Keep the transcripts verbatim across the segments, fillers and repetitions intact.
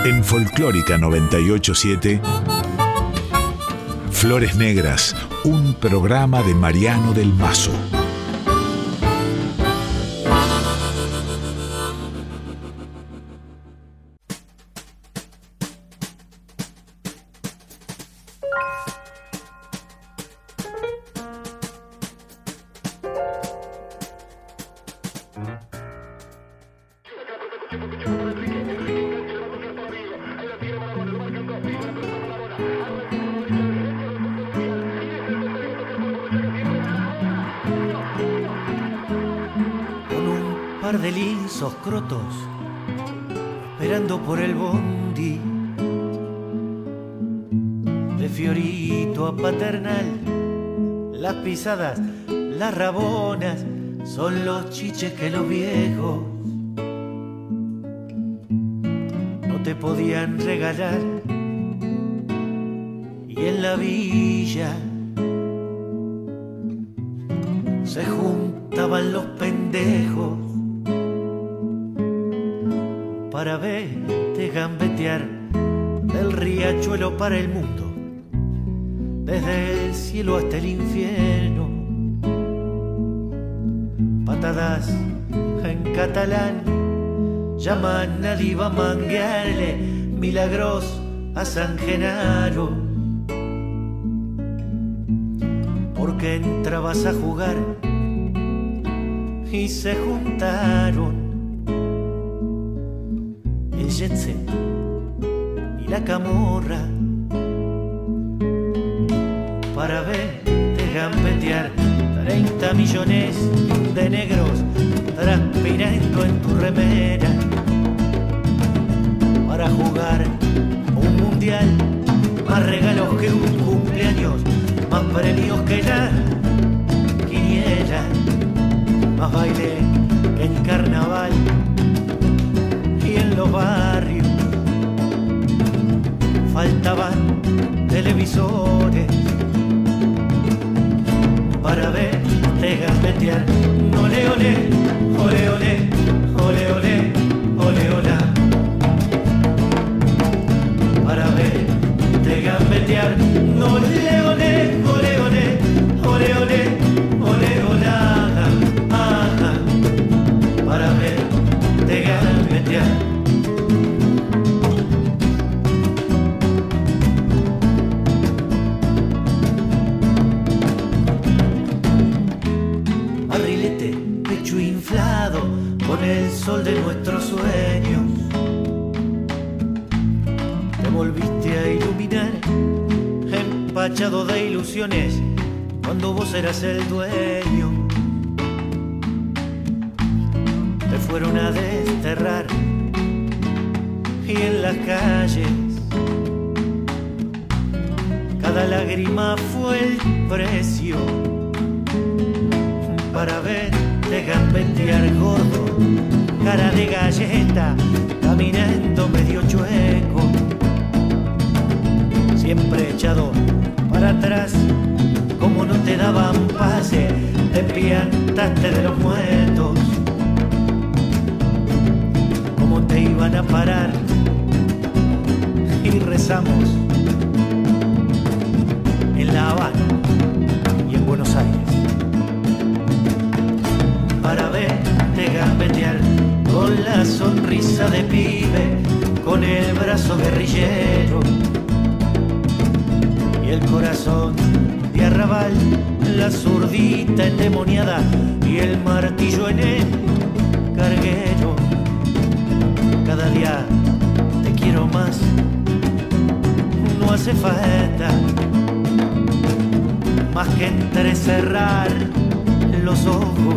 En Folclórica noventa y ocho siete, Flores Negras, un programa de Mariano del Mazo. Crotos, esperando por el bondi, de Fiorito a Paternal, las pisadas, las rabonas, son los chiches que los viejos no te podían regalar. Y en la villa se juntaban los pendejos para verte gambetear del riachuelo para el mundo, desde el cielo hasta el infierno. Patadas en catalán llaman a diva manguearle milagros a San Genaro, porque entrabas a jugar y se juntaron el jet set y la camorra para verte gambetear treinta millones de negros transpirando en tu remera, para jugar un mundial, más regalos que un cumpleaños, más premios que la quiniela, más baile que en carnaval y en los barrios faltaban televisores para verte gambetear. Ole, ole, ole, ole, ole, ole, ole, ola, para verte gambetear. Ole, ole, ole, ole, ole, ole, ole, ola, ajá, para verte gambetear. Con el sol de nuestros sueños te volviste a iluminar, empachado de ilusiones cuando vos eras el dueño. Te fueron a desterrar y en las calles cada lágrima fue el precio para ver de gambetear gordo, cara de galleta, caminando medio chueco, siempre echado para atrás, como no te daban pase, te piantaste de los muertos, como te iban a parar, y rezamos en La Habana y en Buenos Aires para verte gambetear con la sonrisa de pibe, con el brazo guerrillero y el corazón de arrabal, la zurdita endemoniada y el martillo en el carguero. Cada día te quiero más, no hace falta más que entrecerrar los ojos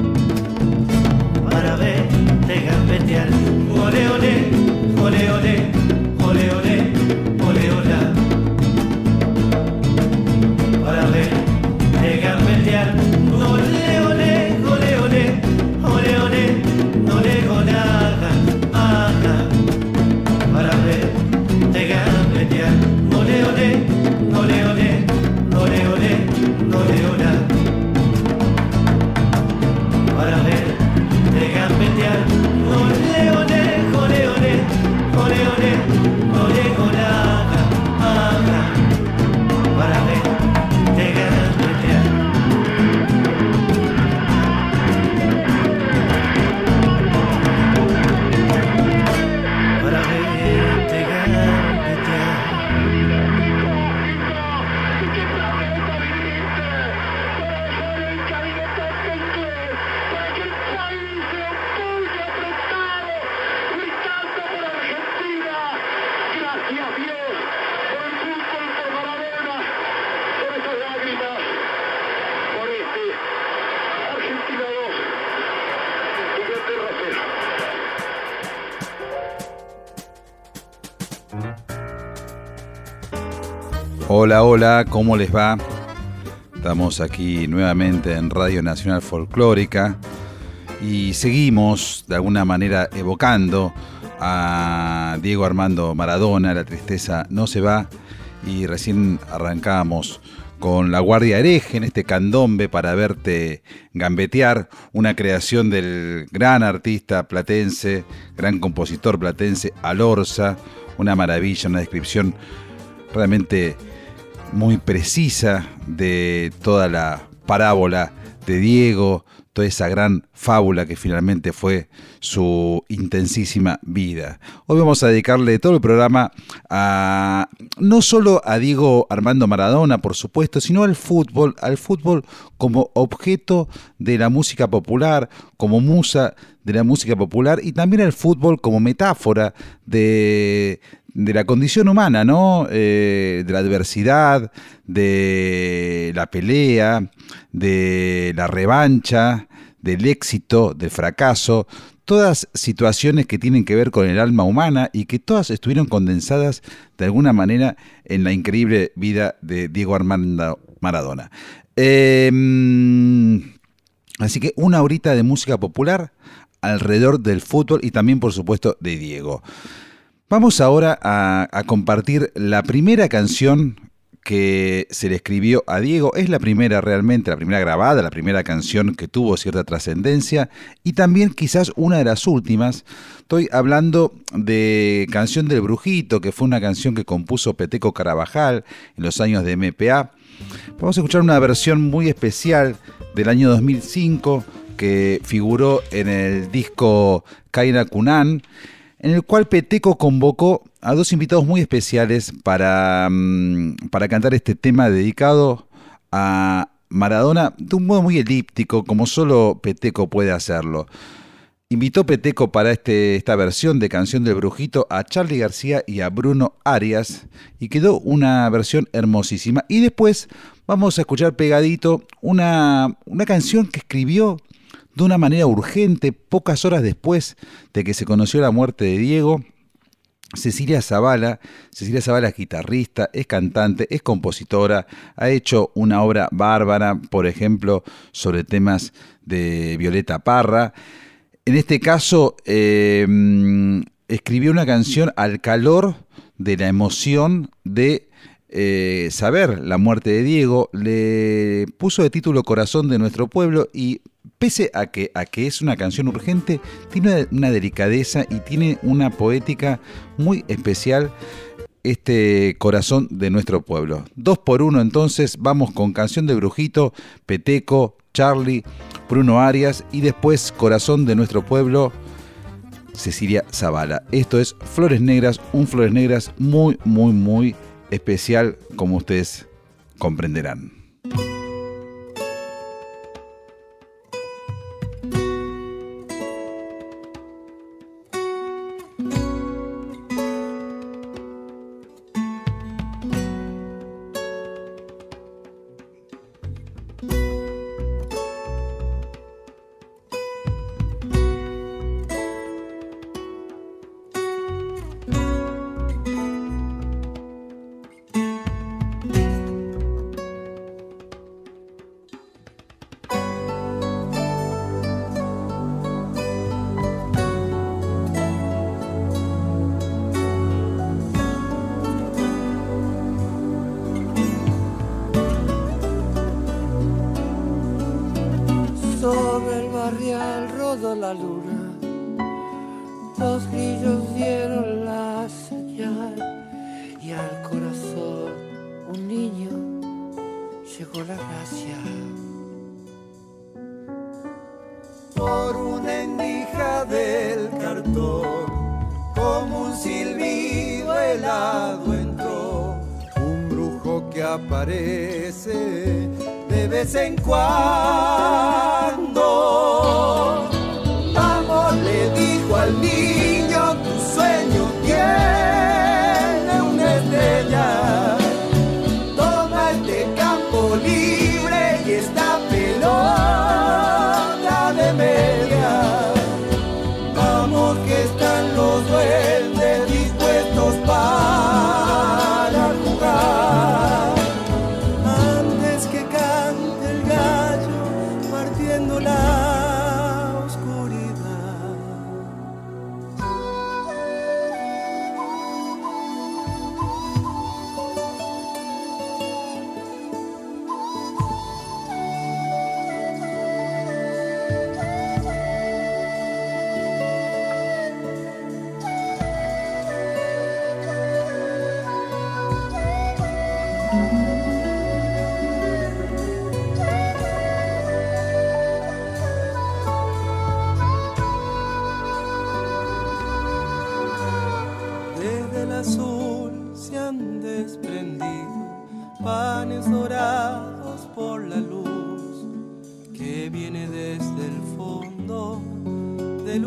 para verte gambetear. Ole, ole, ole, ole, ole, ole, ole, ola, para verte gambetear. Ole, ole, ole, ole, ole, ole, ole, ola, ajá, para verte gambetear. Ole, ole, ole, ole, ole, ole, ole, ola, Hola, hola, ¿cómo les va? Estamos aquí nuevamente en Radio Nacional Folclórica y seguimos de alguna manera evocando a Diego Armando Maradona. La tristeza no se va, y recién arrancamos con La Guardia Hereje en este candombe para verte gambetear, una creación del gran artista platense, gran compositor platense Alorza, una maravilla, una descripción realmente muy precisa de toda la parábola de Diego, toda esa gran fábula que finalmente fue su intensísima vida. Hoy vamos a dedicarle todo el programa a no solo a Diego Armando Maradona, por supuesto, sino al fútbol, al fútbol como objeto de la música popular, como musa de la música popular, y también al fútbol como metáfora de de la condición humana, ¿no? Eh, de la adversidad, de la pelea, de la revancha, del éxito, del fracaso, todas situaciones que tienen que ver con el alma humana y que todas estuvieron condensadas de alguna manera en la increíble vida de Diego Armando Maradona. Eh, así que una horita de música popular alrededor del fútbol y también, por supuesto, de Diego. Vamos ahora a, a compartir la primera canción que se le escribió a Diego. Es la primera realmente, la primera grabada, la primera canción que tuvo cierta trascendencia y también quizás una de las últimas. Estoy hablando de Canción del Brujito, que fue una canción que compuso Peteco Carabajal en los años de M P A. Vamos a escuchar una versión muy especial del año dos mil cinco que figuró en el disco Kaina Kunan, en el cual Peteco convocó a dos invitados muy especiales para, para cantar este tema dedicado a Maradona de un modo muy elíptico, como solo Peteco puede hacerlo. Invitó Peteco para este, esta versión de Canción del Brujito a Charly García y a Bruno Arias, y quedó una versión hermosísima. Y después vamos a escuchar pegadito una, una canción que escribió de una manera urgente, pocas horas después de que se conoció la muerte de Diego. Cecilia Zavala, Cecilia Zavala es guitarrista, es cantante, es compositora, ha hecho una obra bárbara, por ejemplo, sobre temas de Violeta Parra. En este caso, eh, escribió una canción al calor de la emoción de eh, saber la muerte de Diego, le puso de título Corazón de nuestro pueblo, y pese a que, a que es una canción urgente, tiene una, una delicadeza y tiene una poética muy especial, este Corazón de nuestro pueblo. Dos por uno, entonces, vamos con Canción del Brujito, Peteco, Charly, Bruno Arias, y después Corazón de nuestro pueblo, Cecilia Zavala. Esto es Flores Negras, un Flores Negras muy, muy, muy especial, como ustedes comprenderán. La luna, los grillos dieron la señal y al corazón un niño llegó la gracia. Por una endija del cartón, como un silbido helado entró un brujo que aparece de vez en cuando. Le dijo al niño, tu sueño tiene una estrella. Toma este campo libre y esta pelota de media. Vamos que están los duendes dispuestos para jugar. partiendo la oscuridad. Panes dorados por la luz que viene desde el fondo del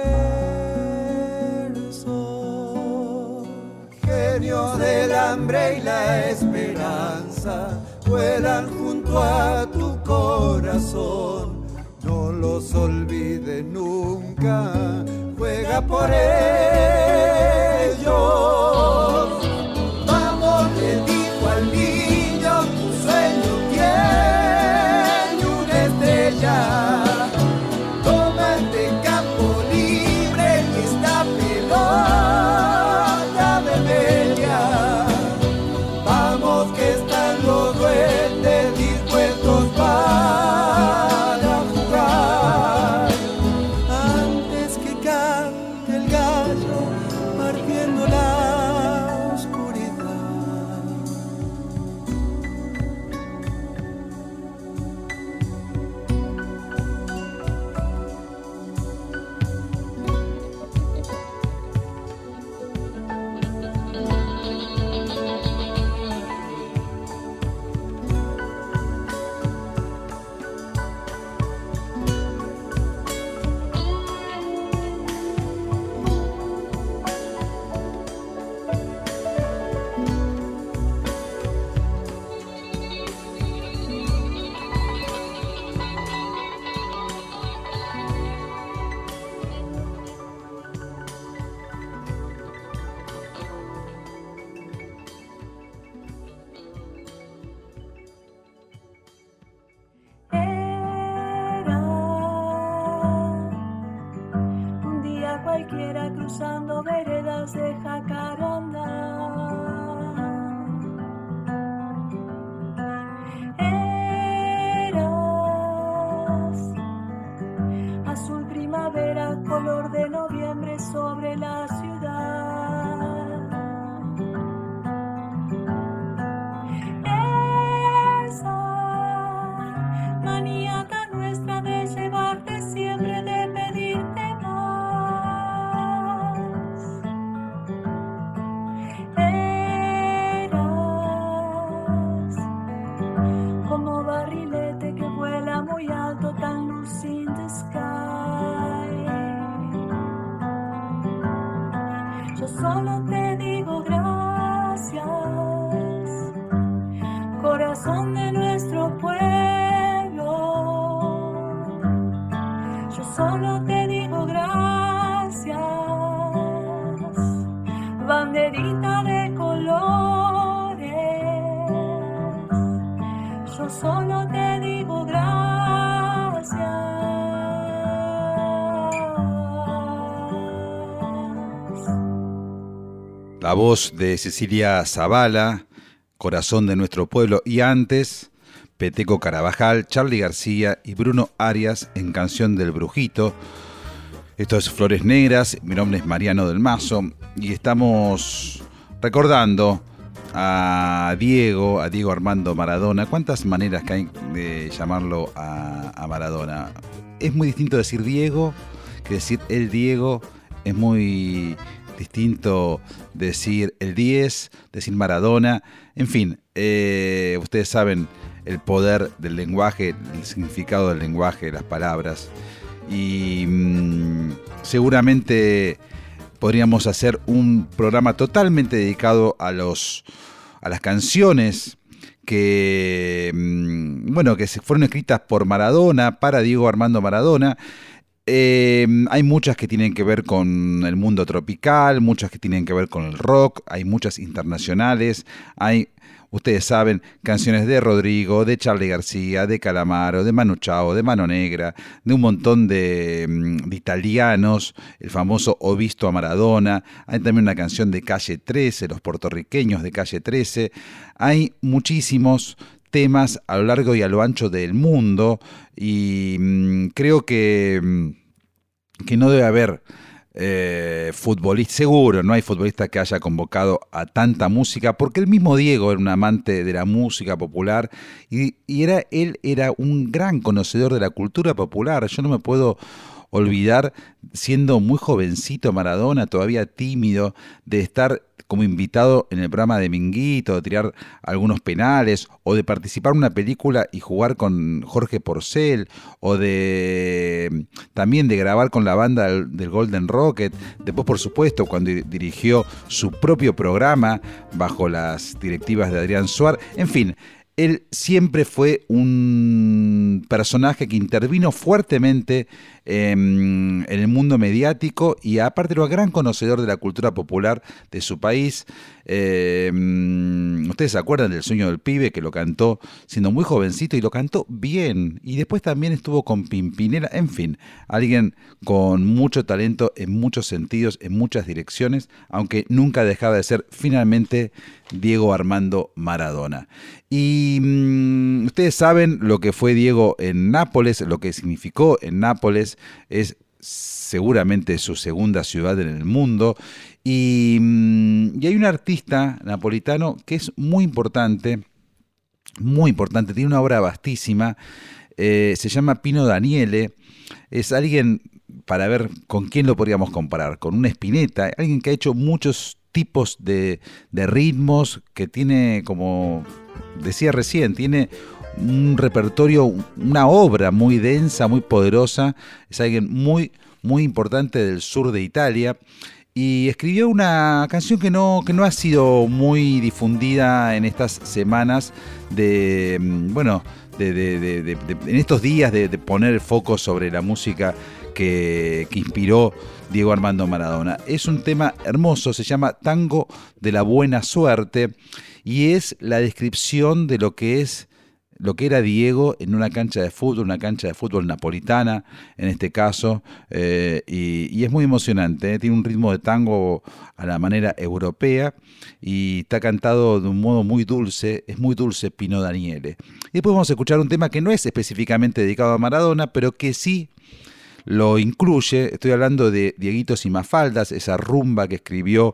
universo. Genios del hambre y la esperanza vuelan junto a tu corazón. No los olvides nunca, juega por ellos. Vamos, le digo al niño, tu sueño tiene una estrella. Toma este campo libre y esta pelota de media. Vamos que están los duendes dispuestos para jugar. Antes que cante el gallo partiendo la cualquiera cruzando veredas de jacaranda. Eras azul primavera, color de noviembre sobre la ciudad. Esa maníaca nuestra de llevarte siempre, de pedirte más. Como barrilete que vuela muy alto, tan loose in the sky. Yo solo te digo gracias, corazón de nuestro pueblo. Yo solo te digo gracias, banderita de colores. Yo solo te digo gracias. La voz de Cecilia Zavala, Corazón de nuestro pueblo, y antes Peteco Carabajal, Charly García y Bruno Arias en Canción del Brujito. Esto es Flores Negras, mi nombre es Mariano del Mazo y estamos recordando a Diego, a Diego Armando Maradona. ¿Cuántas maneras que hay de llamarlo a, a Maradona? Es muy distinto decir Diego que decir el Diego, es muy distinto decir el diez, decir Maradona, en fin, eh, ustedes saben el poder del lenguaje, el significado del lenguaje, las palabras, y mmm, seguramente podríamos hacer un programa totalmente dedicado a los a las canciones que mmm, bueno que se fueron escritas por Maradona para Diego Armando Maradona. Eh, hay muchas que tienen que ver con el mundo tropical, muchas que tienen que ver con el rock, hay muchas internacionales, hay ustedes saben, canciones de Rodrigo, de Charly García, de Calamaro, de Manu Chao, de Mano Negra, de un montón de, de italianos, el famoso Ho visto a Maradona. Hay también una canción de Calle trece, los puertorriqueños de Calle trece. Hay muchísimos temas a lo largo y a lo ancho del mundo y mmm, creo que, que no debe haber Eh, futbolista, seguro, no hay futbolista que haya convocado a tanta música, porque el mismo Diego era un amante de la música popular y, y era, él era un gran conocedor de la cultura popular. Yo no me puedo olvidar, siendo muy jovencito Maradona, todavía tímido, de estar como invitado en el programa de Minguito, de tirar algunos penales, o de participar en una película y jugar con Jorge Porcel, o de también de grabar con la banda del, del Golden Rocket. Después, por supuesto, cuando dirigió su propio programa bajo las directivas de Adrián Suar. En fin, él siempre fue un personaje que intervino fuertemente eh, en el mundo mediático y aparte era un gran conocedor de la cultura popular de su país. Eh, Ustedes se acuerdan del Sueño del Pibe, que lo cantó siendo muy jovencito y lo cantó bien. Y después también estuvo con Pimpinela. En fin, alguien con mucho talento en muchos sentidos, en muchas direcciones, aunque nunca dejaba de ser finalmente Diego Armando Maradona. Y mmm, ustedes saben lo que fue Diego en Nápoles, lo que significó en Nápoles. Es seguramente su segunda ciudad en el mundo. Y, mmm, y hay un artista napolitano que es muy importante, muy importante, tiene una obra vastísima, eh, se llama Pino Daniele. Es alguien, para ver con quién lo podríamos comparar, con un Spinetta, alguien que ha hecho muchos tipos de, de ritmos, que tiene, como decía recién, tiene un repertorio, una obra muy densa, muy poderosa. Es alguien muy, muy importante del sur de Italia y escribió una canción que no, que no ha sido muy difundida en estas semanas de, bueno, de, de, de, de, de, en estos días de, de poner el foco sobre la música que, que inspiró Diego Armando Maradona. Es un tema hermoso, se llama Tango de la Buena Suerte y es la descripción de lo que es lo que era Diego en una cancha de fútbol, una cancha de fútbol napolitana en este caso, eh, y, y es muy emocionante, ¿eh? Tiene un ritmo de tango a la manera europea y está cantado de un modo muy dulce, es muy dulce Pino Daniele. Y después vamos a escuchar un tema que no es específicamente dedicado a Maradona, pero que sí lo incluye. Estoy hablando de Dieguitos y Mafaldas, esa rumba que escribió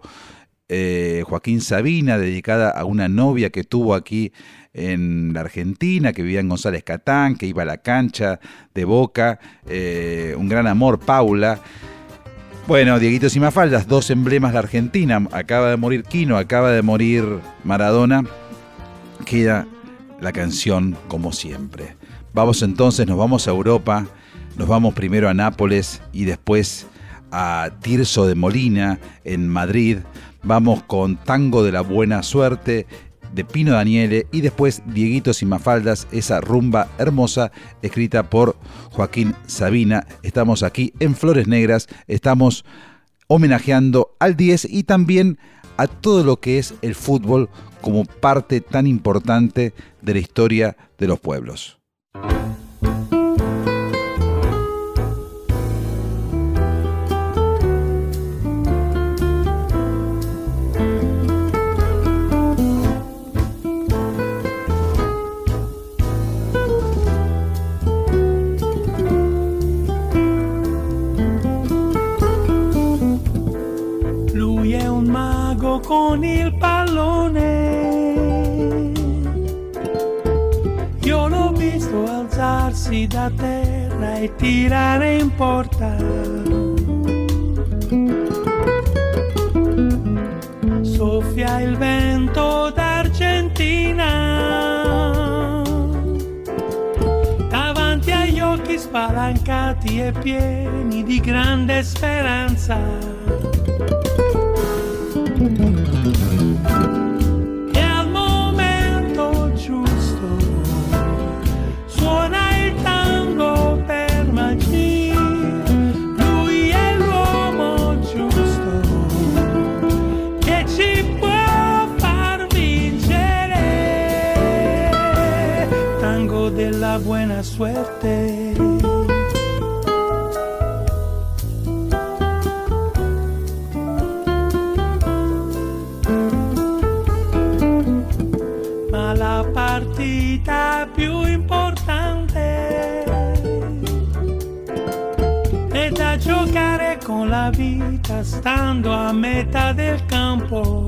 eh, Joaquín Sabina, dedicada a una novia que tuvo aquí en la Argentina, que vivía en González Catán, que iba a la cancha de Boca, eh, un gran amor, Paula. Bueno, Dieguitos y Mafaldas, dos emblemas de Argentina. Acaba de morir Quino, acaba de morir Maradona. Queda la canción como siempre. Vamos entonces, nos vamos a Europa, nos vamos primero a Nápoles y después a Tirso de Molina en Madrid. Vamos con Tango de la Buena Suerte de Pino Daniele y después Dieguitos y Mafaldas, esa rumba hermosa escrita por Joaquín Sabina. Estamos aquí en Flores Negras, estamos homenajeando al diez y también a todo lo que es el fútbol como parte tan importante de la historia de los pueblos. Con il pallone, io l'ho visto alzarsi da terra e tirare in porta. Soffia il vento d'Argentina, davanti agli occhi spalancati e pieni di grande speranza. E al momento giusto suona il tango per magia. Lui è l'uomo giusto che ci può far vincere. a giocare con la vita stando a metà del campo.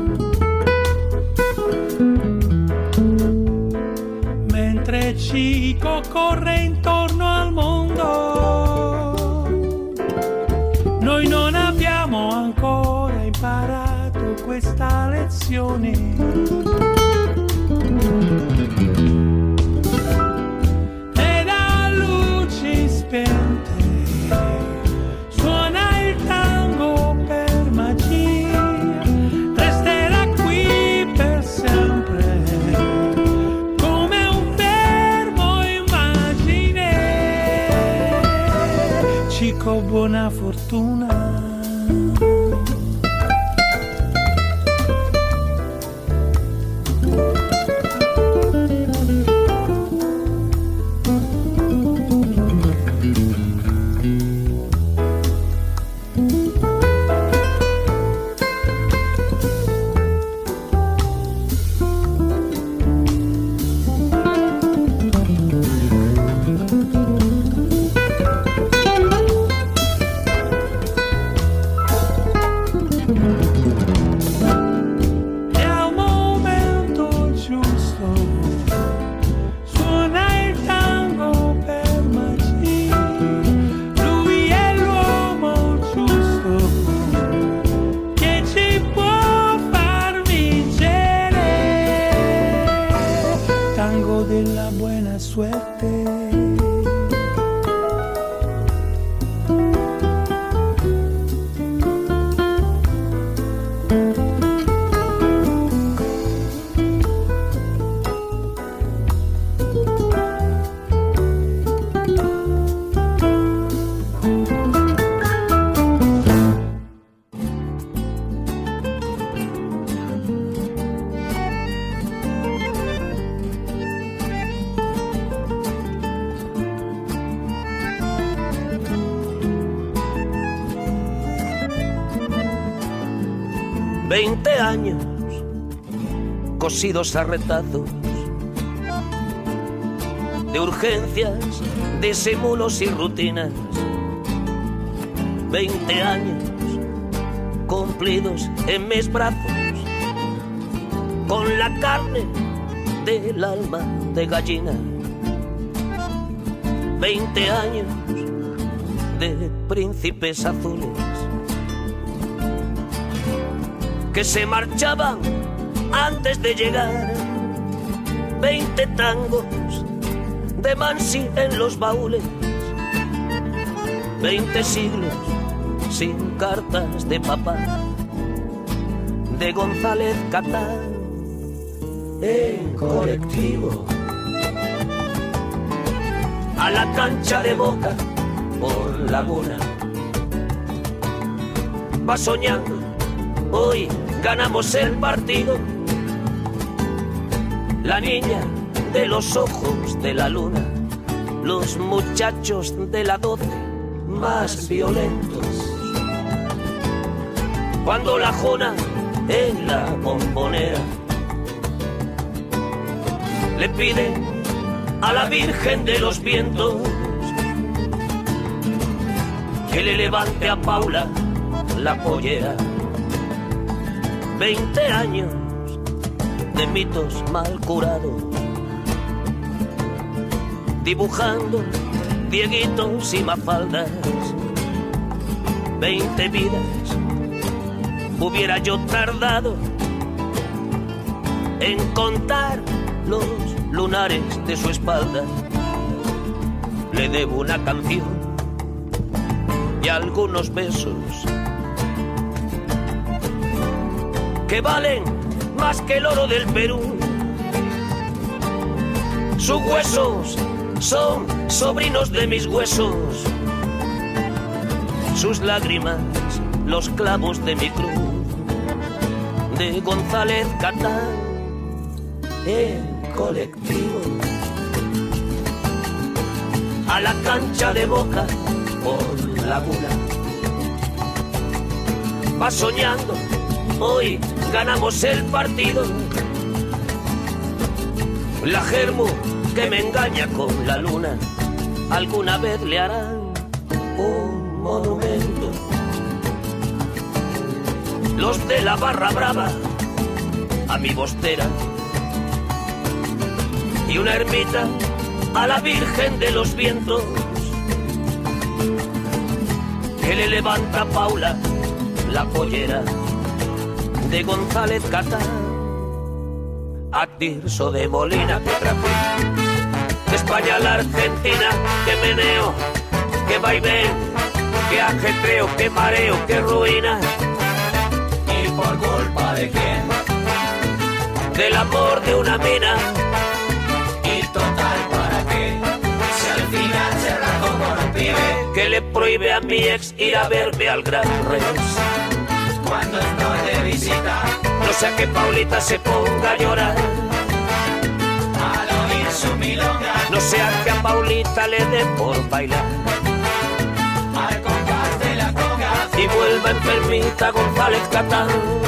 Mentre Chico corre intorno al mondo, noi non abbiamo ancora imparato questa lezione. E da luci spente suona il tango per magia, resterà qui per sempre come un fermo immagine. Chico, buona fortuna. Veinte años cosidos a retazos de urgencias, disimulos y rutinas. Veinte años cumplidos en mis brazos con la carne del alma de gallina. Veinte años de príncipes azules que se marchaban antes de llegar. Veinte tangos de Mansi en los baúles. Veinte siglos sin cartas de papá, de González Catán en colectivo a la cancha de Boca por Laguna. Va soñando, hoy ganamos el partido. La niña de los ojos de la luna, los muchachos de la doce más violentos. Cuando la Jona en la bombonera le pide a la Virgen de los Vientos que le levante a Paula la pollera. Veinte años de mitos mal curados, dibujando dieguitos y mafaldas. Veinte vidas hubiera yo tardado en contar los lunares de su espalda. Le debo una canción y algunos besos que valen más que el oro del Perú. Sus huesos son sobrinos de mis huesos, sus lágrimas los clavos de mi cruz. De González Catán en colectivo a la cancha de Boca por Laguna. Va soñando, hoy ganamos el partido. La germu que me engaña con la luna, alguna vez le harán un monumento. Los de la barra brava a mi bostera y una ermita a la Virgen de los Vientos que le levanta a Paula la pollera de González Catán, a Tirso de Molina que trajo de España a la Argentina, que meneo, que vaivén, que ajetreo, que mareo, que ruina. ¿Y por culpa de quién? Del amor de una mina. ¿Y total para qué? Si al final se rajó por un pibe que le prohíbe a mi ex ir a verme al Gran Rex. Cuando estoy de visita, no sea que Paulita se ponga a llorar al oír su milonga, no sea que a Paulita le dé por bailar al compás de la conga y vuelva enfermita González Catán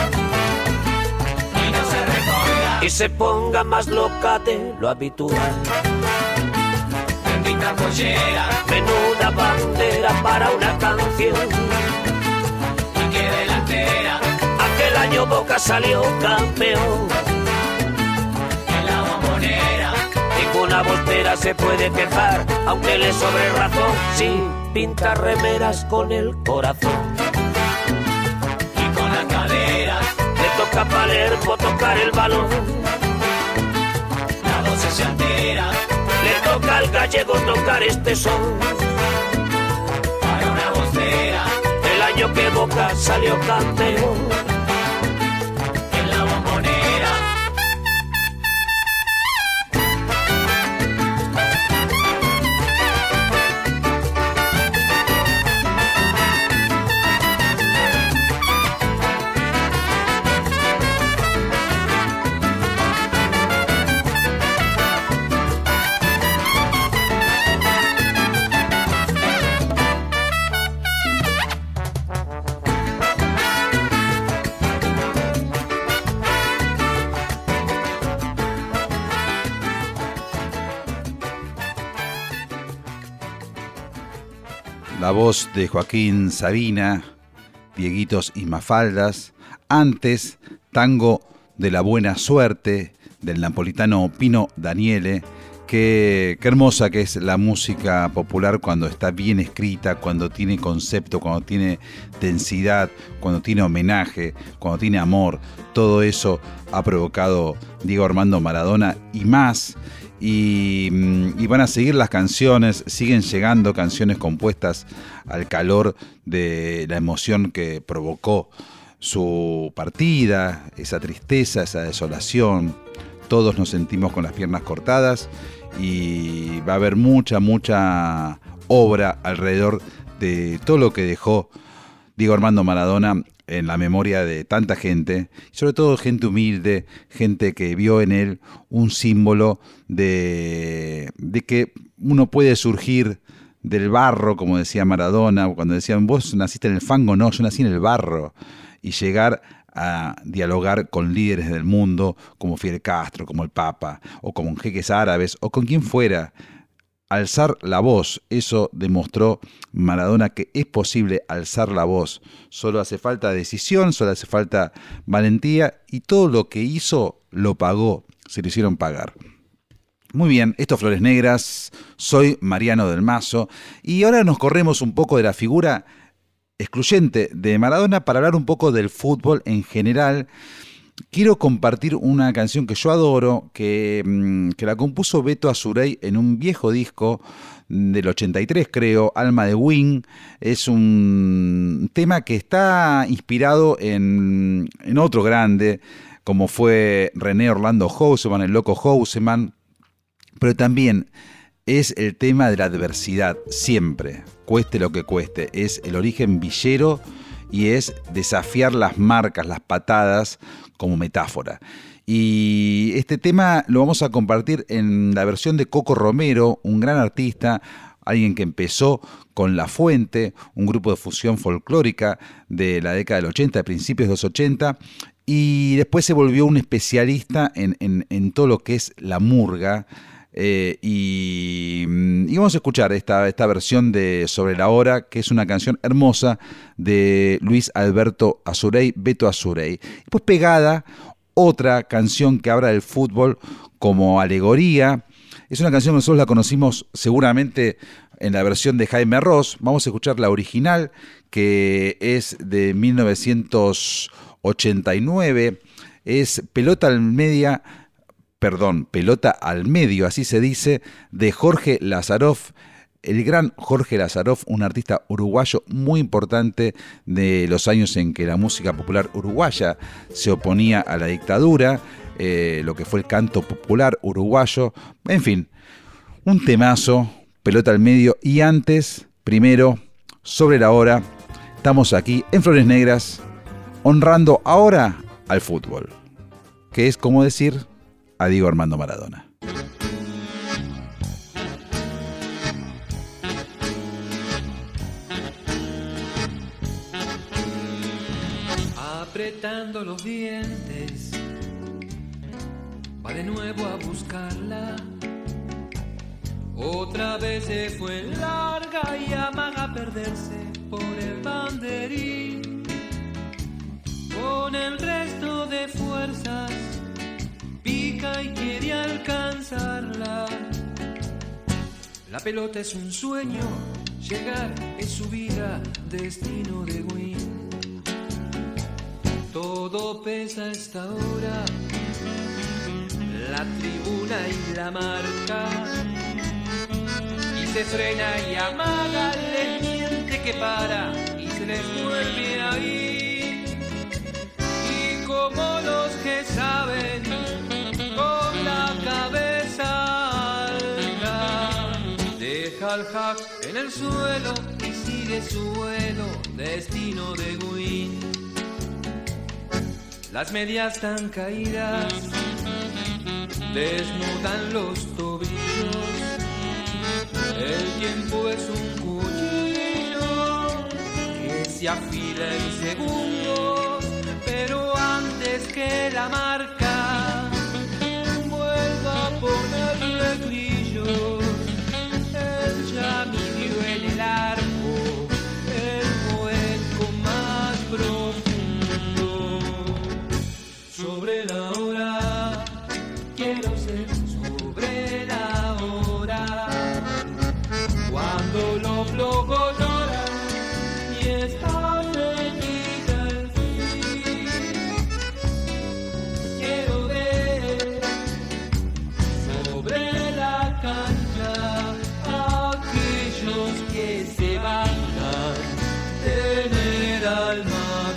y no se reponga y se ponga más loca de lo habitual. Bendita pollera, menuda bandera para una canción. Y que delantera, aquel año Boca salió campeón. En la Bombonera, ninguna bostera se puede quejar, aunque le sobre razón, sí, pinta remeras con el corazón. Y con las caderas, le toca a Palermo tocar el balón. La voz se altera, le toca al gallego tocar este son. Para una bostera, el año que Boca salió campeón. En la Bombonera. La voz de Joaquín Sabina, Dieguitos y Mafaldas. Antes, Tango de la Buena Suerte, del napolitano Pino Daniele. Qué, qué hermosa que es la música popular cuando está bien escrita, cuando tiene concepto, cuando tiene densidad, cuando tiene homenaje, cuando tiene amor. Todo eso ha provocado Diego Armando Maradona y más. Y, y van a seguir las canciones, siguen llegando canciones compuestas al calor de la emoción que provocó su partida, esa tristeza, esa desolación. Todos nos sentimos con las piernas cortadas y va a haber mucha, mucha obra alrededor de todo lo que dejó Diego Armando Maradona en la memoria de tanta gente, sobre todo gente humilde, gente que vio en él un símbolo de, de que uno puede surgir del barro, como decía Maradona, cuando decían, vos naciste en el fango, no, yo nací en el barro, y llegar a dialogar con líderes del mundo, como Fidel Castro, como el Papa, o como jeques árabes, o con quien fuera. Alzar la voz, eso demostró Maradona, que es posible alzar la voz. Solo hace falta decisión, solo hace falta valentía, y todo lo que hizo lo pagó, se lo hicieron pagar. Muy bien, esto es Flores Negras, soy Mariano del Mazo, y ahora nos corremos un poco de la figura excluyente de Maradona para hablar un poco del fútbol en general. Quiero compartir una canción que yo adoro, que, que la compuso Beto Asurey en un viejo disco del ochenta y tres, creo, Alma de Wing. Es un tema que está inspirado en, en otro grande, como fue René Orlando Houseman, el loco Houseman, pero también es el tema de la adversidad, siempre, cueste lo que cueste. Es el origen villero y es desafiar las marcas, las patadas, como metáfora. Y este tema lo vamos a compartir en la versión de Coco Romero, un gran artista, alguien que empezó con La Fuente, un grupo de fusión folclórica de la década del ochenta, de principios de los ochenta, y después se volvió un especialista en, en, en todo lo que es la murga, Eh, y, y vamos a escuchar esta, esta versión de Sobre la Hora, que es una canción hermosa de Luis Alberto Azurey, Beto Azurey. Y pues pegada, otra canción que habla del fútbol como alegoría. Es una canción que nosotros la conocimos seguramente en la versión de Jaime Ross. Vamos a escuchar la original, que es de mil novecientos ochenta y nueve. Es Pelota al Media, perdón, Pelota al Medio, así se dice, de Jorge Lazaroff. El gran Jorge Lazaroff, un artista uruguayo muy importante de los años en que la música popular uruguaya se oponía a la dictadura, eh, lo que fue el canto popular uruguayo. En fin, un temazo, Pelota al Medio. Y antes, primero, Sobre la Hora, estamos aquí en Flores Negras, honrando ahora al fútbol, que es como decir a Diego Armando Maradona. Apretando los dientes, va de nuevo a buscarla. Otra vez se fue larga y amaga a perderse por el banderín. Con el resto de fuerzas pica y quiere alcanzarla. La pelota es un sueño, llegar es su vida, destino de win. Todo pesa a esta hora, la tribuna y la marca. Y se frena y amaga, les miente que para y se les vuelve a ir. Y como los que saben, con la cabeza alta, deja al hack en el suelo y sigue su vuelo, destino de win. Las medias tan caídas desnudan los tobillos. El tiempo es un cuchillo que se afila en segundos, pero antes que la marca vuelva a ponerle grillos, él ya midió en el arco el hueco más profundo. Sobre la hora, quiero ser sobre la hora, cuando los locos lloran y está cerquita el fin. Quiero ver sobre la cancha a aquellos que se bancan tener alma.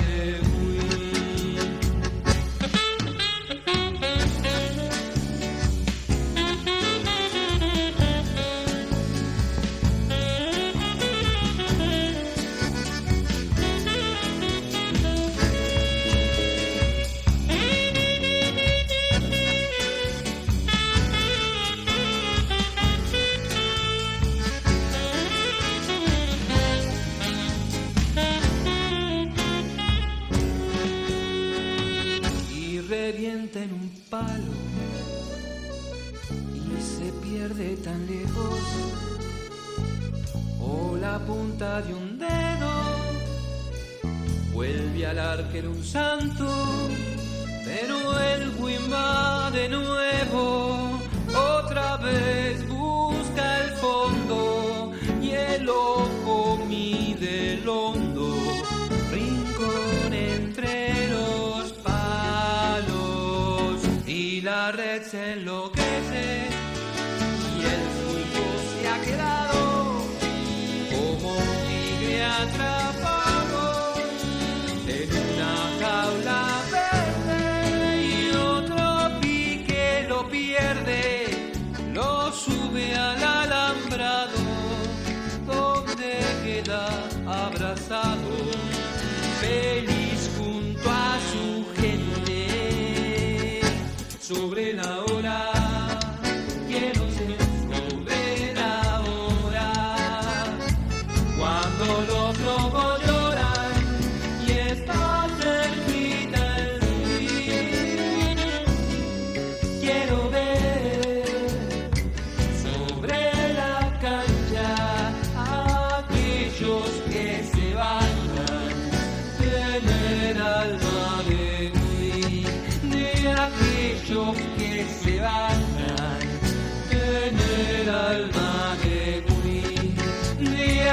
En un palo y se pierde tan lejos, o la punta de un dedo vuelve al arquero un santo, pero el win va de nuevo, otra vez busca el fondo y el ojo mide el hondo, rincón entre los y la red se enloquece y el fútbol se ha quedado como un tigre atrapado en una jaula verde, y otro pique lo pierde, lo sube al alambrado donde queda abrazado, feliz junto a su gente. Sobre la hora, quiero ser sobre la hora, cuando los lobos lloran y está cerquita el fin. Quiero ver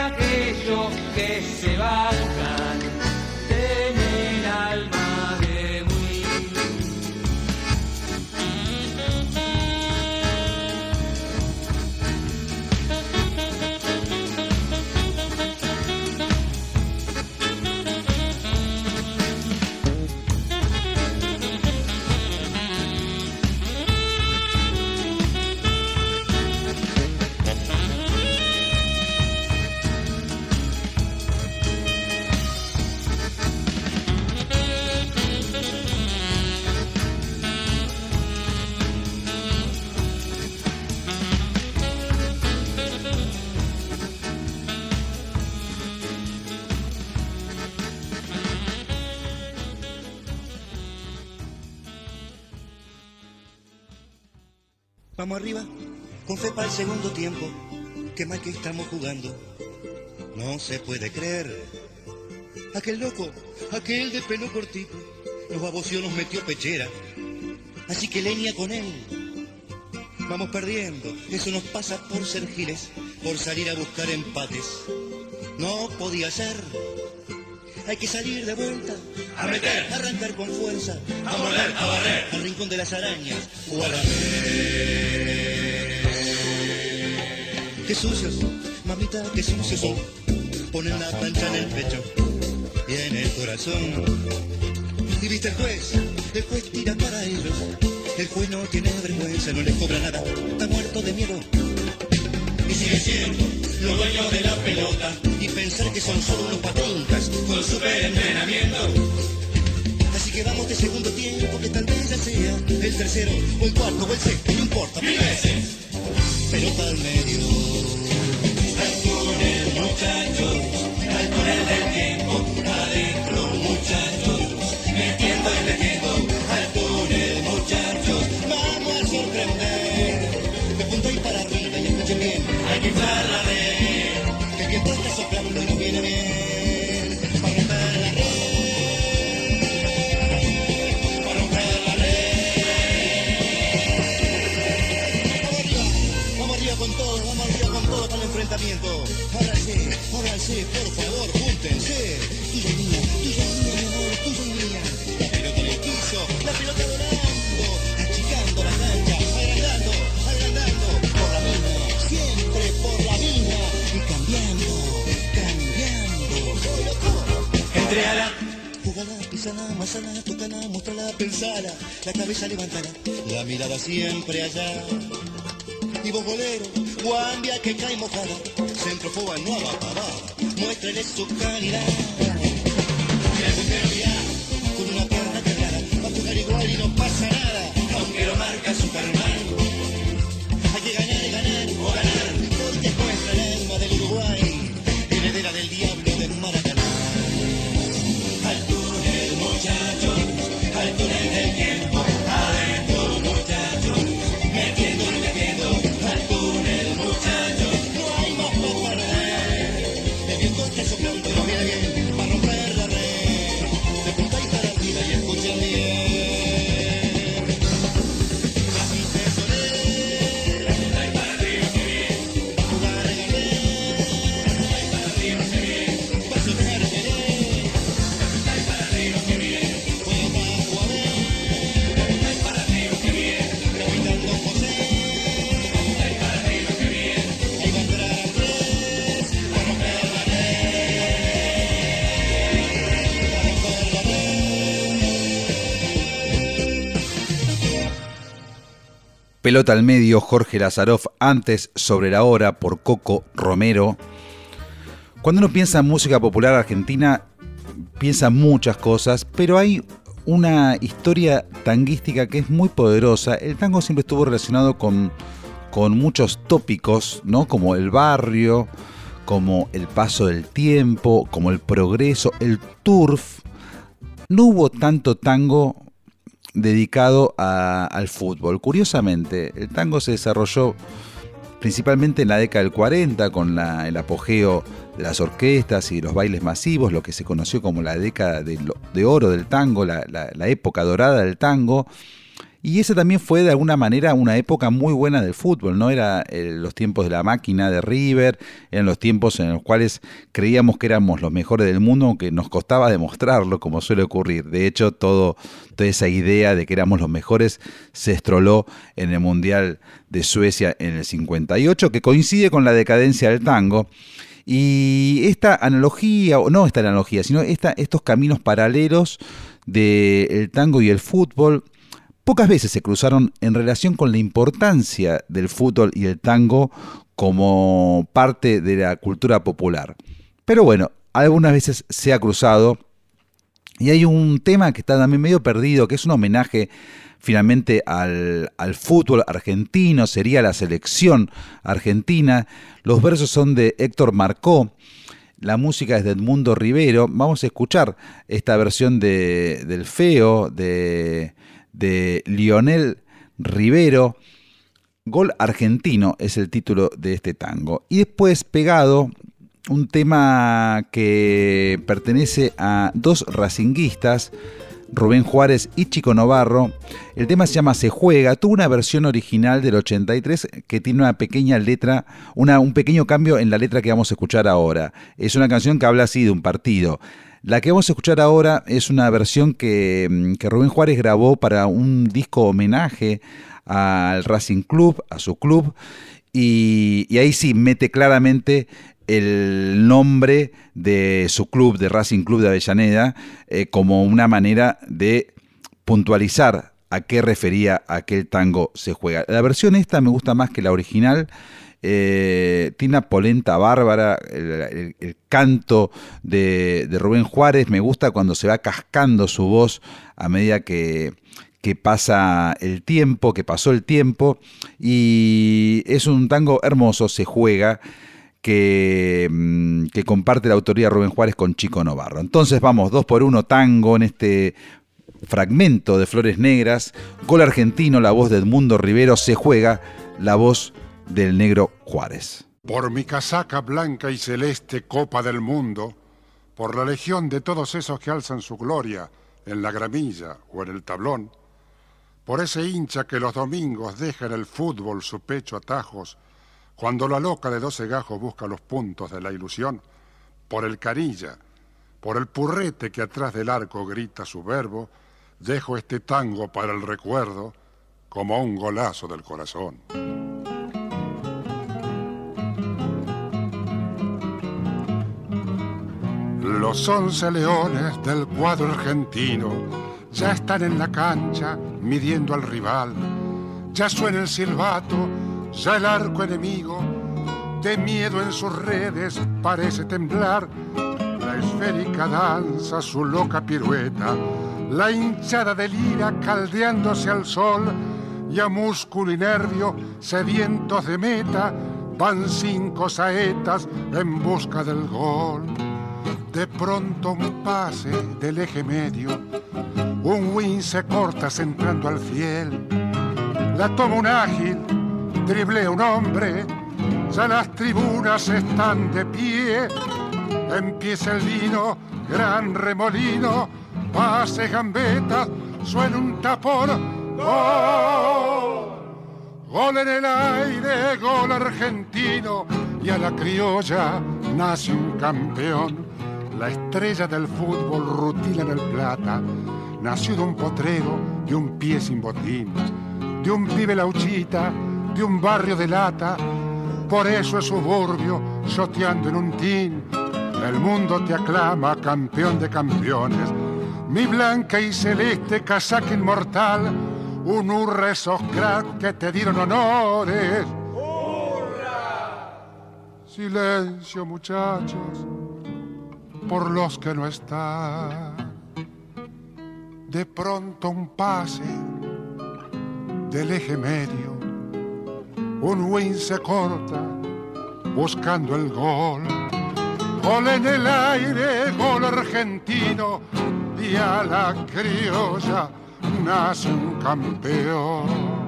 aquellos que se bancan tienen alma de buey. Vamos arriba, con fe para el segundo tiempo. Qué mal que estamos jugando. No se puede creer. Aquel loco, aquel de pelo cortito, nos baboció, nos metió pechera. Así que leña con él. Vamos perdiendo. Eso nos pasa por ser giles, por salir a buscar empates. No podía ser. Hay que salir de vuelta, a meter, a arrancar con fuerza, a morder, a barrer, al rincón de las arañas o a la vez. Qué sucios, mamita, qué sucios son. Ponen la plancha en el pecho y en el corazón. Y viste el juez, el juez tira para ellos. El juez no tiene vergüenza, no les cobra nada, está muerto de miedo. Y sigue siendo los dueños de la pelota y pensar que son solo unos patroncas con super entrenamiento. Así que vamos de segundo tiempo, que tal vez ya sea el tercero o el cuarto o el sexto, no importa, mil veces. Pelota al medio, al túnel muchachos, al túnel del tiempo, adentro muchachos, metiendo y metiendo, al túnel muchachos, vamos a sorprender, de punta y para arriba y escuchen bien, hay que inflar la red, que el viento está soplando y nos viene bien, para romper la red, para romper la red. Vamos arriba, vamos arriba con todo, vamos arriba con todo para el enfrentamiento. Ábranse, ábranse, por favor, júntense. Tuya y mía, tuya y mía, mi amor, tuya y mía. La pelota en el piso, la pelota volando, achicando la cancha, agrandando, agrandando, por la misma, siempre por la misma, y cambiando, cambiando. Entréala, jugala, pisala, amasala, tocala, mostrala, pensala, la cabeza levantala, la mirada siempre allá. Y vos bolero, guambia que cae mojada, centrofoba no va pavada, muéstrele su calidad. Y el puntero ya, con una pierna cargada, va a jugar igual y no pasa nada, aunque lo marca Superman. Hay que ganar y ganar o ganar, porque es nuestra el alma del Uruguay, heredera del diablo del Maracaná. Al túnel muchachos, al túnel del tiempo, adentro muchachos, metiendo y metiendo, al túnel muchachos, no hay más para perder. El viento está soplando y nos viene bien, para romper la red, de punta y para arriba y escuchen bien. Así se soné, de punta y para arriba que bien, va a jugar a ganar, de punta y para arriba que bien, va a sonar querer, de punta y para arriba que bien, juega para jugar, de punta y para arriba que bien, gravitando José, de punta y para arriba que bien, ahí va a entrar Andrés, para romper la red, para romper la red. Pelota al medio, Jorge Lazaroff, antes Sobre la Hora por Coco Romero. Cuando uno piensa en música popular argentina, piensa en muchas cosas, pero hay una historia tanguística que es muy poderosa. El tango siempre estuvo relacionado con, con muchos tópicos, ¿no? Como el barrio, como el paso del tiempo, como el progreso, el turf. No hubo tanto tango dedicado a- al fútbol. Curiosamente, el tango se desarrolló principalmente en la década del cuarenta, con la- el apogeo de las orquestas y los bailes masivos, lo que se conoció como la década de, lo- de oro del tango, la, la- la época dorada del tango. Y esa también fue de alguna manera una época muy buena del fútbol, ¿no? Era eh, los tiempos de la máquina de River, eran los tiempos en los cuales creíamos que éramos los mejores del mundo, aunque nos costaba demostrarlo, como suele ocurrir. De hecho, todo, toda esa idea de que éramos los mejores se estroló en el Mundial de Suecia en el cincuenta y ocho, que coincide con la decadencia del tango. Y esta analogía, o no esta analogía, sino esta, estos caminos paralelos del tango y el fútbol, pocas veces se cruzaron en relación con la importancia del fútbol y el tango como parte de la cultura popular. Pero bueno, algunas veces se ha cruzado y hay un tema que está también medio perdido, que es un homenaje finalmente al, al fútbol argentino, sería la selección argentina. Los versos son de Héctor Marcó, la música es de Edmundo Rivero. Vamos a escuchar esta versión de, del Feo, de... de Lionel Rivero. Gol argentino es el título de este tango. Y después pegado un tema que pertenece a dos racinguistas, Rubén Juárez y Chico Novarro. El tema se llama Se Juega. Tuvo una versión original del ochenta y tres que tiene una pequeña letra, una, un pequeño cambio en la letra que vamos a escuchar ahora. Es una canción que habla así de un partido. La que vamos a escuchar ahora es una versión que, que Rubén Juárez grabó para un disco homenaje al Racing Club, a su club, y, y ahí sí mete claramente el nombre de su club, de Racing Club de Avellaneda, eh, como una manera de puntualizar a qué refería aquel tango Se Juega. La versión esta me gusta más que la original. Eh, tiene una polenta bárbara, el, el, el canto de, de Rubén Juárez, me gusta cuando se va cascando su voz a medida que, que pasa el tiempo, que pasó el tiempo, y es un tango hermoso, Se Juega, que, que comparte la autoría de Rubén Juárez con Chico Novarro. Entonces vamos, dos por uno tango en este fragmento de Flores Negras. Gol argentino, la voz de Edmundo Rivero. Se Juega, la voz del Negro Juárez. Por mi casaca blanca y celeste, copa del mundo, por la legión de todos esos que alzan su gloria en la gramilla o en el tablón, por ese hincha que los domingos deja en el fútbol su pecho atajos, cuando la loca de doce gajos busca los puntos de la ilusión, por el Canilla, por el purrete que atrás del arco grita su verbo, dejo este tango para el recuerdo como un golazo del corazón. Los once leones del cuadro argentino ya están en la cancha midiendo al rival. Ya suena el silbato, ya el arco enemigo de miedo en sus redes parece temblar. La esférica danza su loca pirueta, la hinchada delira caldeándose al sol, y a músculo y nervio sedientos de meta van cinco saetas en busca del gol. De pronto un pase del eje medio, un win se corta centrando al fiel. La toma un ágil, driblea un hombre, ya las tribunas están de pie. Empieza el vino, gran remolino, pase gambetas, suena un tapón. ¡Gol! Gol en el aire, gol argentino, y a la criolla nace un campeón. La estrella del fútbol rutila en el Plata nació de un potrero, de un pie sin botín, de un pibe lauchita, de un barrio de lata. Por eso es suburbio, shoteando en un tin. El mundo te aclama campeón de campeones. Mi blanca y celeste casaca inmortal, un hurra esos cracks que te dieron honores. ¡Hurra! Silencio, muchachos, por los que no están. De pronto un pase del eje medio, un win se corta buscando el gol. Gol en el aire, gol argentino, y a la criolla nace un campeón.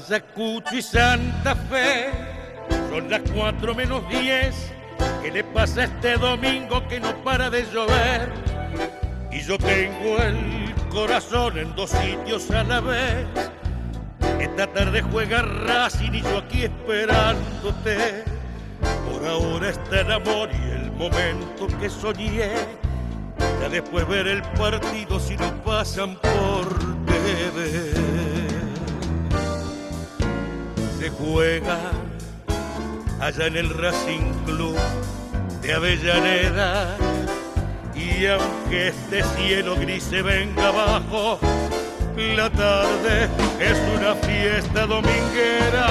Ayacucho y Santa Fe, son las cuatro menos diez. ¿Qué le pasa este domingo que no para de llover? Y yo tengo el corazón en dos sitios a la vez. Esta tarde juega Racing y yo aquí esperándote. Por ahora está el amor y el momento que soñé. Ya después ver el partido si no pasan por T V. Se juega allá en el Racing Club de Avellaneda. Y aunque este cielo gris se venga abajo, la tarde es una fiesta dominguera.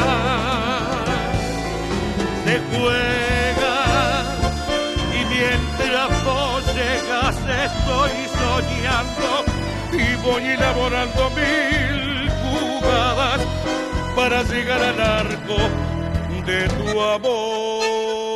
Se juega y mientras vos llegas estoy soñando y voy elaborando mil jugadas para llegar al arco de tu amor.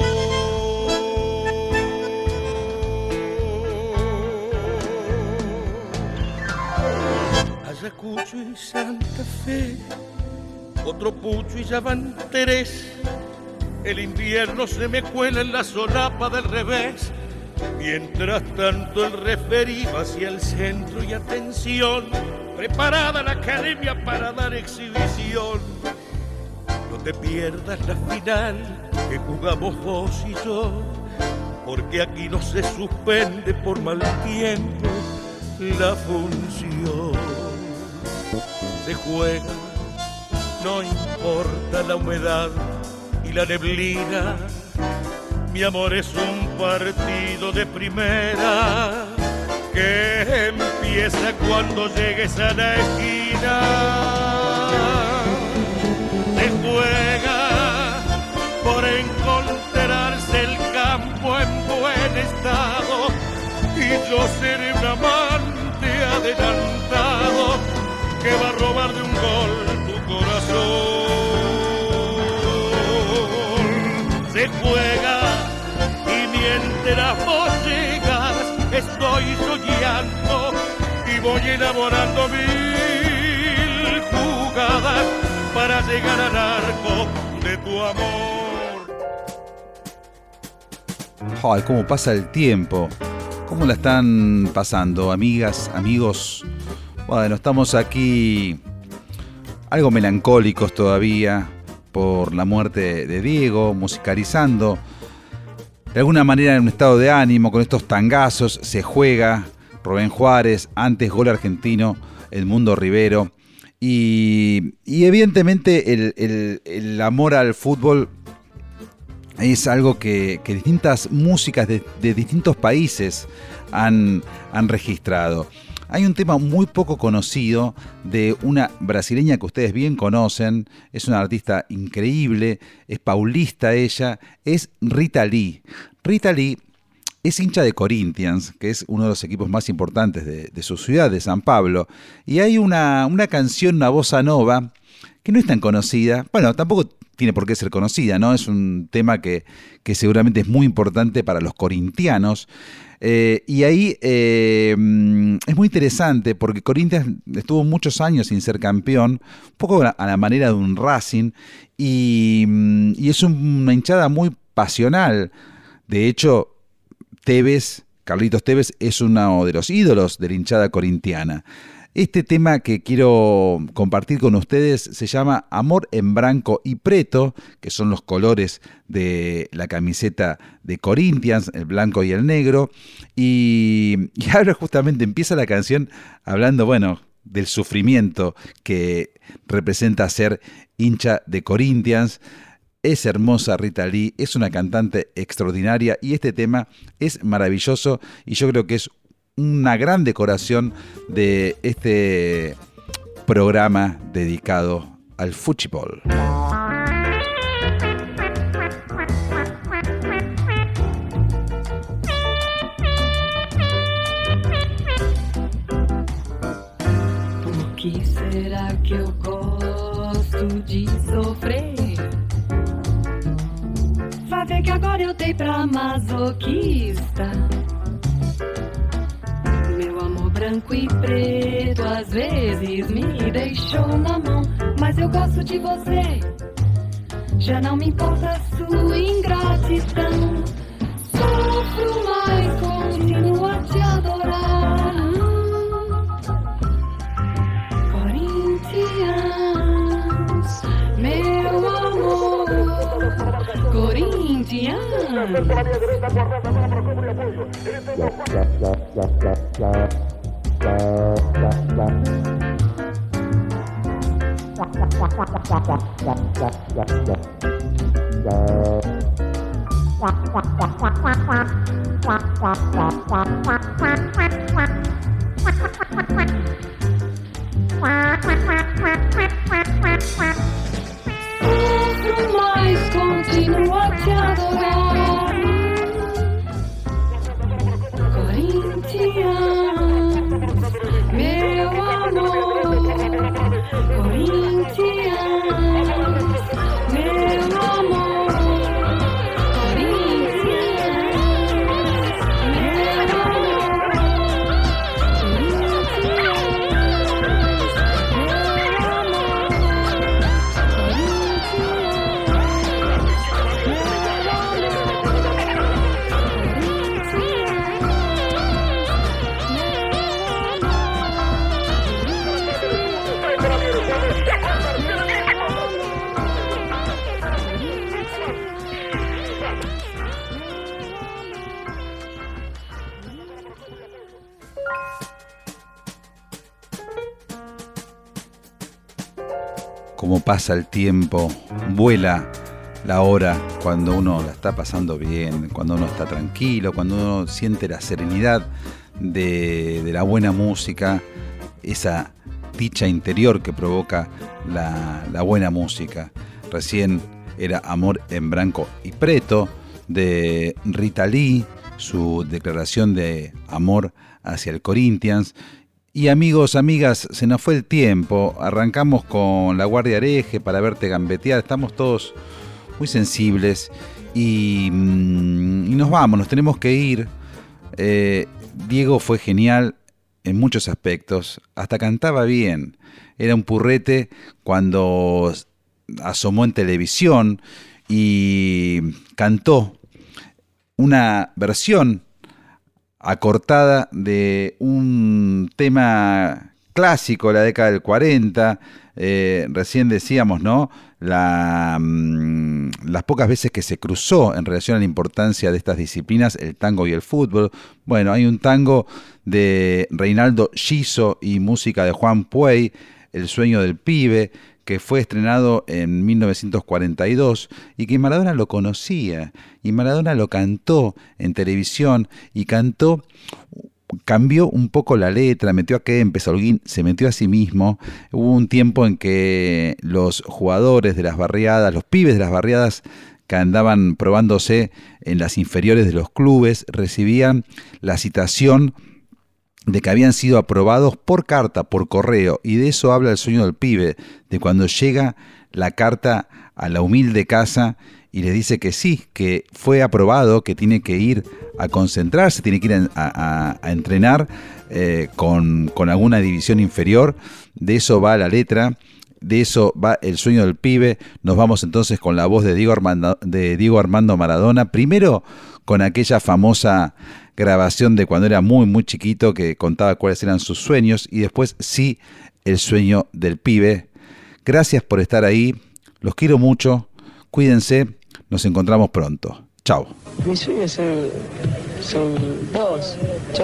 Ayacucho y Santa Fe, otro pucho y ya van tres. El invierno se me cuela en la solapa del revés. Mientras tanto el referí va hacia el centro y atención, preparada la academia para dar exhibición. No te pierdas la final que jugamos vos y yo, porque aquí no se suspende por mal tiempo la función. Se juega, no importa la humedad y la neblina. Mi amor es un partido de primera que empieza cuando llegues a la esquina. Se juega por encontrarse el campo en buen estado y yo seré un amante adelantado que va a robar de un gol tu corazón. Se juega y mientras vos llegas estoy soñando y voy elaborando mil jugadas para llegar al arco de tu amor. Ay, cómo pasa el tiempo. ¿Cómo la están pasando, amigas, amigos? Bueno, estamos aquí algo melancólicos todavía por la muerte de Diego, musicalizando de alguna manera en un estado de ánimo con estos tangazos. Se juega Rubén Juárez, antes gol argentino, Edmundo Rivero. Y, y evidentemente el, el, el amor al fútbol es algo que, que distintas músicas de, de distintos países han, han registrado. Hay un tema muy poco conocido de una brasileña que ustedes bien conocen, es una artista increíble, es paulista ella, es Rita Lee. Rita Lee es hincha de Corinthians, que es uno de los equipos más importantes de, de su ciudad, de San Pablo, y hay una, una canción, una bossa nova, que no es tan conocida, bueno, tampoco tiene por qué ser conocida, ¿no? Es un tema que, que seguramente es muy importante para los corintianos. Eh, y ahí eh, es muy interesante porque Corinthians estuvo muchos años sin ser campeón, un poco a la manera de un Racing, y, y es una hinchada muy pasional. De hecho, Tevez, Carlitos Tevez, es uno de los ídolos de la hinchada corintiana. Este tema que quiero compartir con ustedes se llama Amor en Branco y Preto, que son los colores de la camiseta de Corinthians, el blanco y el negro. Y, y ahora justamente empieza la canción hablando, bueno, del sufrimiento que representa ser hincha de Corinthians. Es hermosa Rita Lee, es una cantante extraordinaria y este tema es maravilloso y yo creo que es una gran decoración de este programa dedicado al fútbol. Por que será que eu gosto de sofrer? Vai ver que agora eu dei pra masoquista. Meu amor branco e preto às vezes me deixou na mão, mas eu gosto de você. Já não me importa sua ingratidão. Sofro, mas continuo a te adorar. Corinthians, meu amor. Corinthians. Sofro, mas continuo a te adorar. Corinthians, meu amor. Corinthians, meu amor. Cómo pasa el tiempo, vuela la hora cuando uno la está pasando bien, cuando uno está tranquilo, cuando uno siente la serenidad de, de la buena música, esa dicha interior que provoca la, la buena música. Recién era Amor en Blanco y Preto de Rita Lee, su declaración de amor hacia el Corinthians. Y amigos, amigas, se nos fue el tiempo. Arrancamos con La Guardia Hereje para verte gambetear. Estamos todos muy sensibles y, y nos vamos, nos tenemos que ir. Eh, Diego fue genial en muchos aspectos. Hasta cantaba bien. Era un purrete cuando asomó en televisión y cantó una versión acortada de un tema clásico de la década del cuarenta, eh, recién decíamos, ¿no? La, mmm, las pocas veces que se cruzó en relación a la importancia de estas disciplinas, el tango y el fútbol. Bueno, hay un tango de Reinaldo Giso y música de Juan Puey, El sueño del pibe, que fue estrenado en mil novecientos cuarenta y dos y que Maradona lo conocía, y Maradona lo cantó en televisión y cantó, cambió un poco la letra, metió a Kempes, Holguín se metió a sí mismo. Hubo un tiempo en que los jugadores de las barriadas, los pibes de las barriadas que andaban probándose en las inferiores de los clubes, recibían la citación de que habían sido aprobados por carta, por correo, y de eso habla El sueño del pibe, de cuando llega la carta a la humilde casa y le dice que sí, que fue aprobado, que tiene que ir a concentrarse, tiene que ir a, a, a entrenar eh, con, con alguna división inferior. De eso va la letra, de eso va El sueño del pibe. Nos vamos entonces con la voz de Diego Armando, de Diego Armando Maradona, primero con aquella famosa grabación de cuando era muy muy chiquito que contaba cuáles eran sus sueños, y después sí, El sueño del pibe. Gracias por estar ahí, los quiero mucho, cuídense, nos encontramos pronto. Chao. Mis sueños son, son dos. Yo,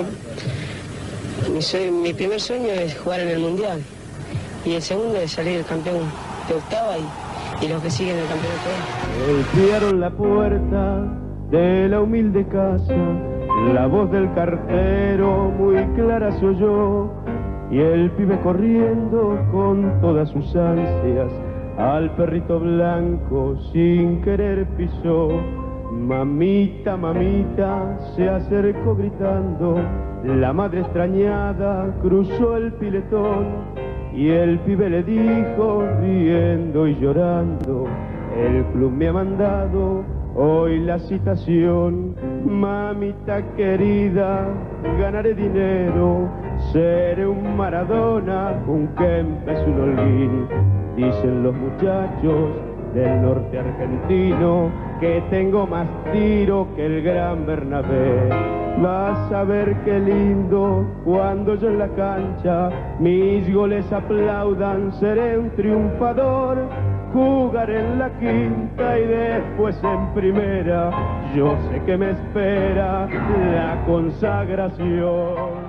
mi, sueño, mi primer sueño es jugar en el Mundial, y el segundo es salir campeón de octava y, y los que siguen el campeonato. Golpearon la puerta de la humilde casa, la voz del cartero muy clara se oyó, y el pibe corriendo con todas sus ansias al perrito blanco sin querer pisó. Mamita, mamita, se acercó gritando, la madre extrañada cruzó el piletón, y el pibe le dijo riendo y llorando, el club me ha mandado hoy la citación. Mamita querida, ganaré dinero, seré un Maradona, un Kempes, un Holguín. Dicen los muchachos del norte argentino que tengo más tiro que el gran Bernabé. Vas a ver qué lindo cuando yo en la cancha mis goles aplaudan, seré un triunfador. Jugaré en la quinta y después en primera, yo sé que me espera la consagración.